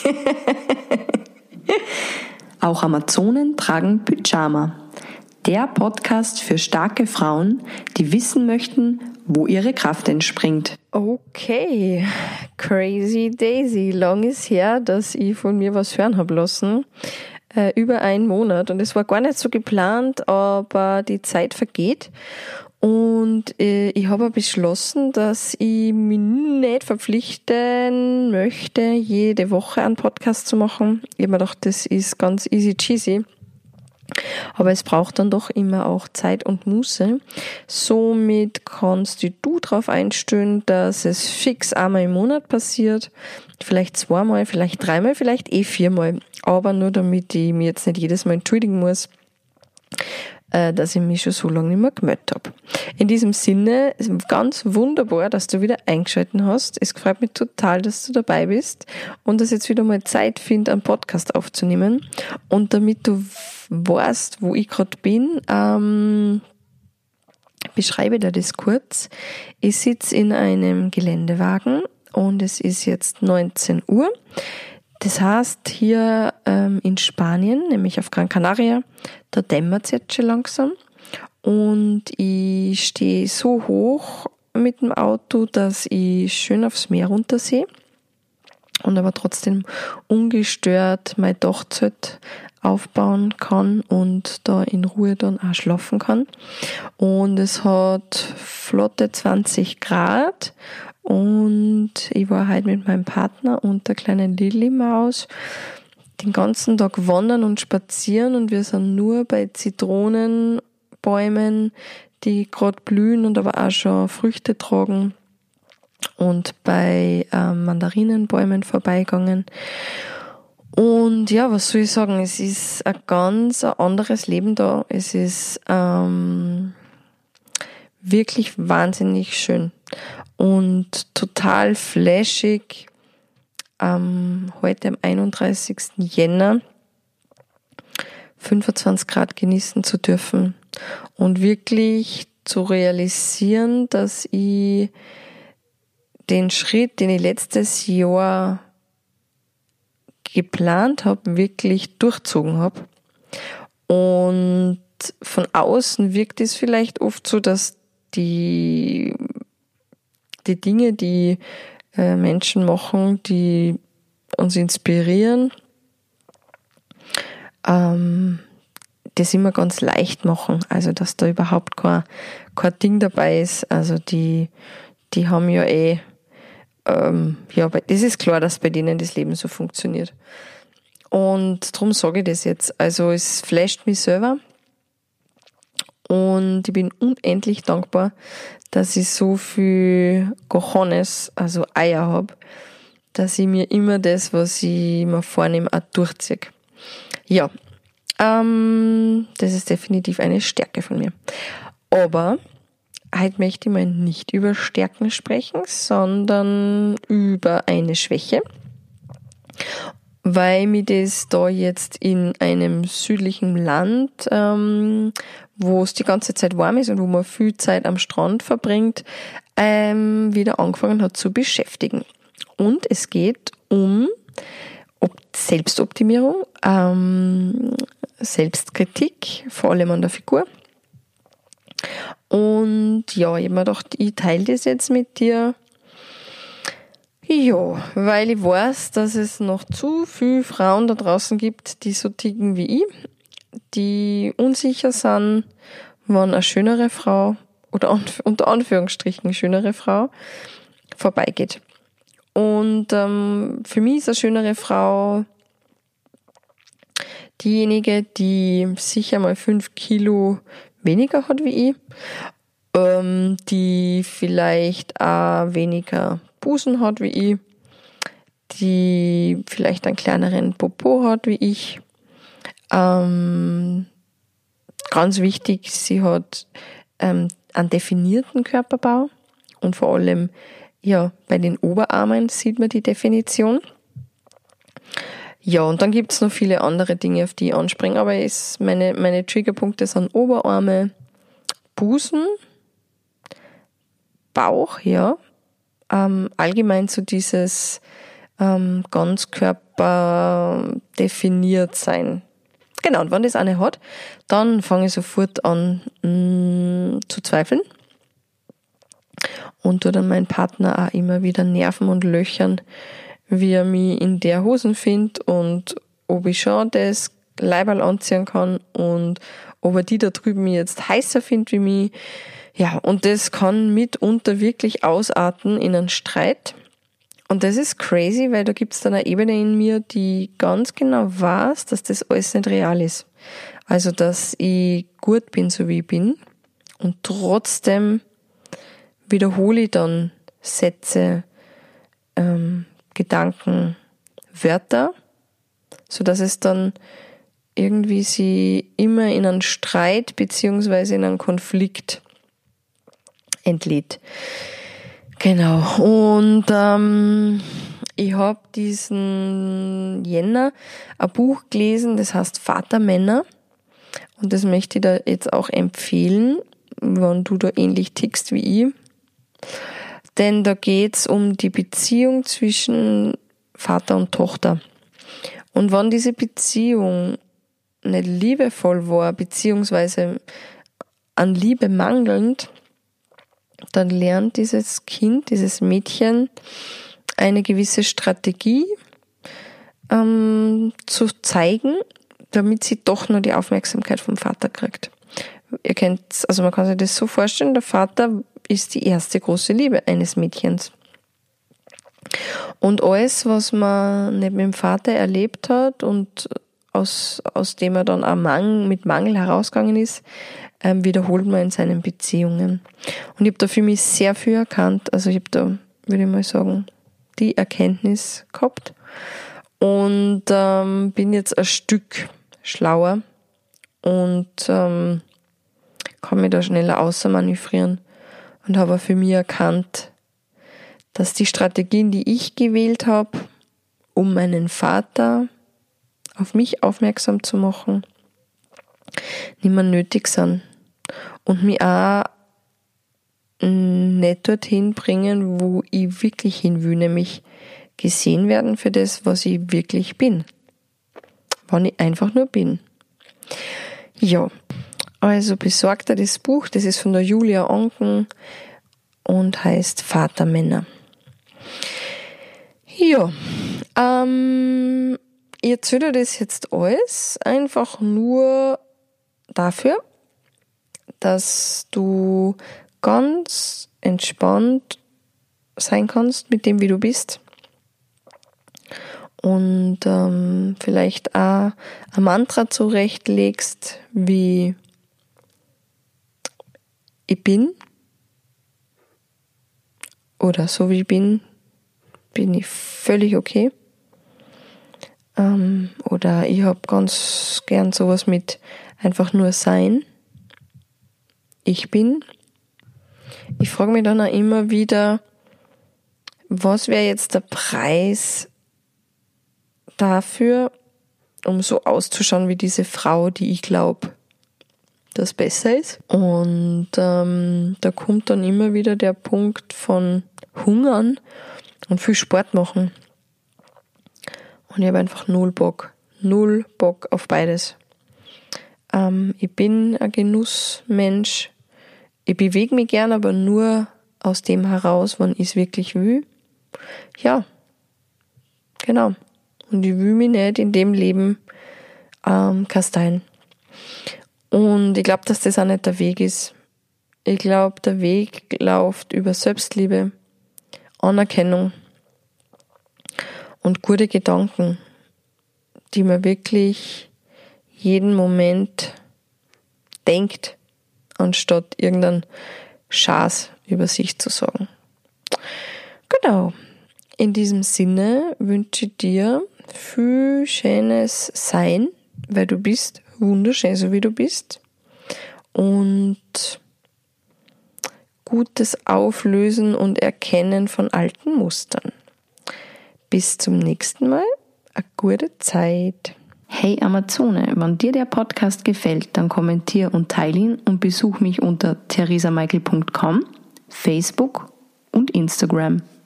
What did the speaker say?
Auch Amazonen tragen Pyjama. Der Podcast für starke Frauen, die wissen möchten, wo ihre Kraft entspringt. Okay, crazy Daisy. Lang ist her, dass ich von mir was hören habe lassen. Über einen Monat. Und es war gar nicht so geplant, aber die Zeit vergeht. Und ich habe beschlossen, dass ich mich nicht verpflichten möchte, jede Woche einen Podcast zu machen. Ich habe mir gedacht, das ist ganz easy cheesy. Aber es braucht dann doch immer auch Zeit und Muße. Somit kannst du darauf einstellen, dass es fix einmal im Monat passiert. Vielleicht zweimal, vielleicht dreimal, vielleicht 4-mal. Aber nur damit ich mich jetzt nicht jedes Mal entschuldigen muss, dass ich mich schon so lange nicht mehr gemeldet habe. In diesem Sinne, ist ganz wunderbar, dass du wieder eingeschaltet hast. Es freut mich total, dass du dabei bist und dass ich jetzt wieder mal Zeit finde, einen Podcast aufzunehmen. Und damit du weißt, wo ich gerade bin, beschreibe dir das kurz. Ich sitze in einem Geländewagen und es ist jetzt 19 Uhr. Das heißt, hier in Spanien, nämlich auf Gran Canaria, da dämmert es jetzt schon langsam. Und ich stehe so hoch mit dem Auto, dass ich schön aufs Meer runtersehe und aber trotzdem ungestört mein Dachzelt aufbauen kann und da in Ruhe dann auch schlafen kann. Und es hat flotte 20 Grad. Und ich war heute mit meinem Partner und der kleinen Lilli-Maus den ganzen Tag wandern und spazieren und wir sind nur bei Zitronenbäumen, die gerade blühen und aber auch schon Früchte tragen und bei Mandarinenbäumen vorbeigegangen. Und ja, was soll ich sagen, es ist ein ganz anderes Leben da. Es ist wirklich wahnsinnig schön und total flashig, heute am 31. Jänner 25 Grad genießen zu dürfen und wirklich zu realisieren, dass ich den Schritt, den ich letztes Jahr geplant habe, wirklich durchzogen habe. Und von außen wirkt es vielleicht oft so, dass die Dinge, die Menschen machen, die uns inspirieren, das immer ganz leicht machen. Also, dass da überhaupt kein Ding dabei ist. Also, die haben ja das ist klar, dass bei denen das Leben so funktioniert. Und darum sage ich das jetzt. Also, es flasht mich selber. Und ich bin unendlich dankbar, dass ich so viel Cojones, also Eier habe, dass ich mir immer das, was ich mir vornehme, auch durchziehe. Ja, das ist definitiv eine Stärke von mir. Aber heute möchte ich mal nicht über Stärken sprechen, sondern über eine Schwäche, weil mir das da jetzt in einem südlichen Land, wo es die ganze Zeit warm ist und wo man viel Zeit am Strand verbringt, wieder angefangen hat zu beschäftigen. Und es geht um Selbstoptimierung, Selbstkritik, vor allem an der Figur. Und ja, ich habe mir gedacht, ich teile das jetzt mit dir. Ja, weil ich weiß, dass es noch zu viele Frauen da draußen gibt, die so ticken wie ich, die unsicher sind, wann eine schönere Frau oder unter Anführungsstrichen schönere Frau vorbeigeht. Und für mich ist eine schönere Frau diejenige, die sicher mal 5 Kilo weniger hat wie ich, die vielleicht auch weniger Busen hat wie ich, die vielleicht einen kleineren Popo hat wie ich. Ganz wichtig, sie hat einen definierten Körperbau und vor allem ja bei den Oberarmen sieht man die Definition. Ja, und dann gibt's noch viele andere Dinge, auf die ich anspringe, aber meine Triggerpunkte sind Oberarme, Busen, Bauch, ja, allgemein so dieses Ganzkörper definiert sein. Genau, und wenn das eine hat, dann fange ich sofort an zu zweifeln und tue dann meinen Partner auch immer wieder nerven und löchern, wie er mich in der Hosen findet und ob ich schon das Leiberl anziehen kann und ob er die da drüben jetzt heißer findet wie mich. Ja, und das kann mitunter wirklich ausarten in einen Streit. Und das ist crazy, weil da gibt's dann eine Ebene in mir, die ganz genau weiß, dass das alles nicht real ist. Also, dass ich gut bin, so wie ich bin. Und trotzdem wiederhole ich dann Sätze, Gedanken, Wörter, so dass es dann irgendwie sie immer in einen Streit beziehungsweise in einen Konflikt entlädt. Genau. Und ich habe diesen Jänner ein Buch gelesen, das heißt Vatermänner. Und das möchte ich da jetzt auch empfehlen, wenn du da ähnlich tickst wie ich. Denn da geht's um die Beziehung zwischen Vater und Tochter. Und wenn diese Beziehung nicht liebevoll war, beziehungsweise an Liebe mangelnd, dann lernt dieses Kind, dieses Mädchen eine gewisse Strategie zu zeigen, damit sie doch nur die Aufmerksamkeit vom Vater kriegt. Ihr kennt, also man kann sich das so vorstellen, der Vater ist die erste große Liebe eines Mädchens. Und alles, was man nicht mit dem Vater erlebt hat und aus dem er dann auch mit Mangel herausgegangen ist, wiederholt man in seinen Beziehungen. Und ich habe da für mich sehr viel erkannt. Also ich habe da, würde ich mal sagen, die Erkenntnis gehabt und bin jetzt ein Stück schlauer und kann mich da schneller außermanövrieren und habe für mich erkannt, dass die Strategien, die ich gewählt habe, um meinen Vater auf mich aufmerksam zu machen, nicht mehr nötig sind und mich auch nicht dorthin bringen, wo ich wirklich hin will, nämlich gesehen werden für das, was ich wirklich bin. Wenn ich einfach nur bin. Ja, also besorgt euch das Buch, das ist von der Julia Anken und heißt Vatermänner. Ja, ich erzähle das jetzt alles einfach nur dafür, dass du ganz entspannt sein kannst mit dem, wie du bist. Und vielleicht auch ein Mantra zurechtlegst, wie ich bin oder so wie ich bin ich völlig okay. Oder ich habe ganz gern sowas mit einfach nur sein. Ich bin. Ich frage mich dann auch immer wieder, was wäre jetzt der Preis dafür, um so auszuschauen wie diese Frau, die ich glaube, das besser ist. Und da kommt dann immer wieder der Punkt von Hungern und viel Sport machen. Und ich habe einfach null Bock auf beides. Ich bin ein Genussmensch. Ich bewege mich gern, aber nur aus dem heraus, wann ich es wirklich will. Ja, genau. Und ich will mich nicht in dem Leben kasteien. Und ich glaube, dass das auch nicht der Weg ist. Ich glaube, der Weg läuft über Selbstliebe, Anerkennung und gute Gedanken, die man wirklich jeden Moment denkt, anstatt irgendeinen Schaß über sich zu sagen. Genau. In diesem Sinne wünsche ich dir viel schönes Sein, weil du bist wunderschön, so wie du bist. Und gutes Auflösen und Erkennen von alten Mustern. Bis zum nächsten Mal. Eine gute Zeit. Hey Amazone, wenn dir der Podcast gefällt, dann kommentier und teile ihn und besuch mich unter theresamichael.com, Facebook und Instagram.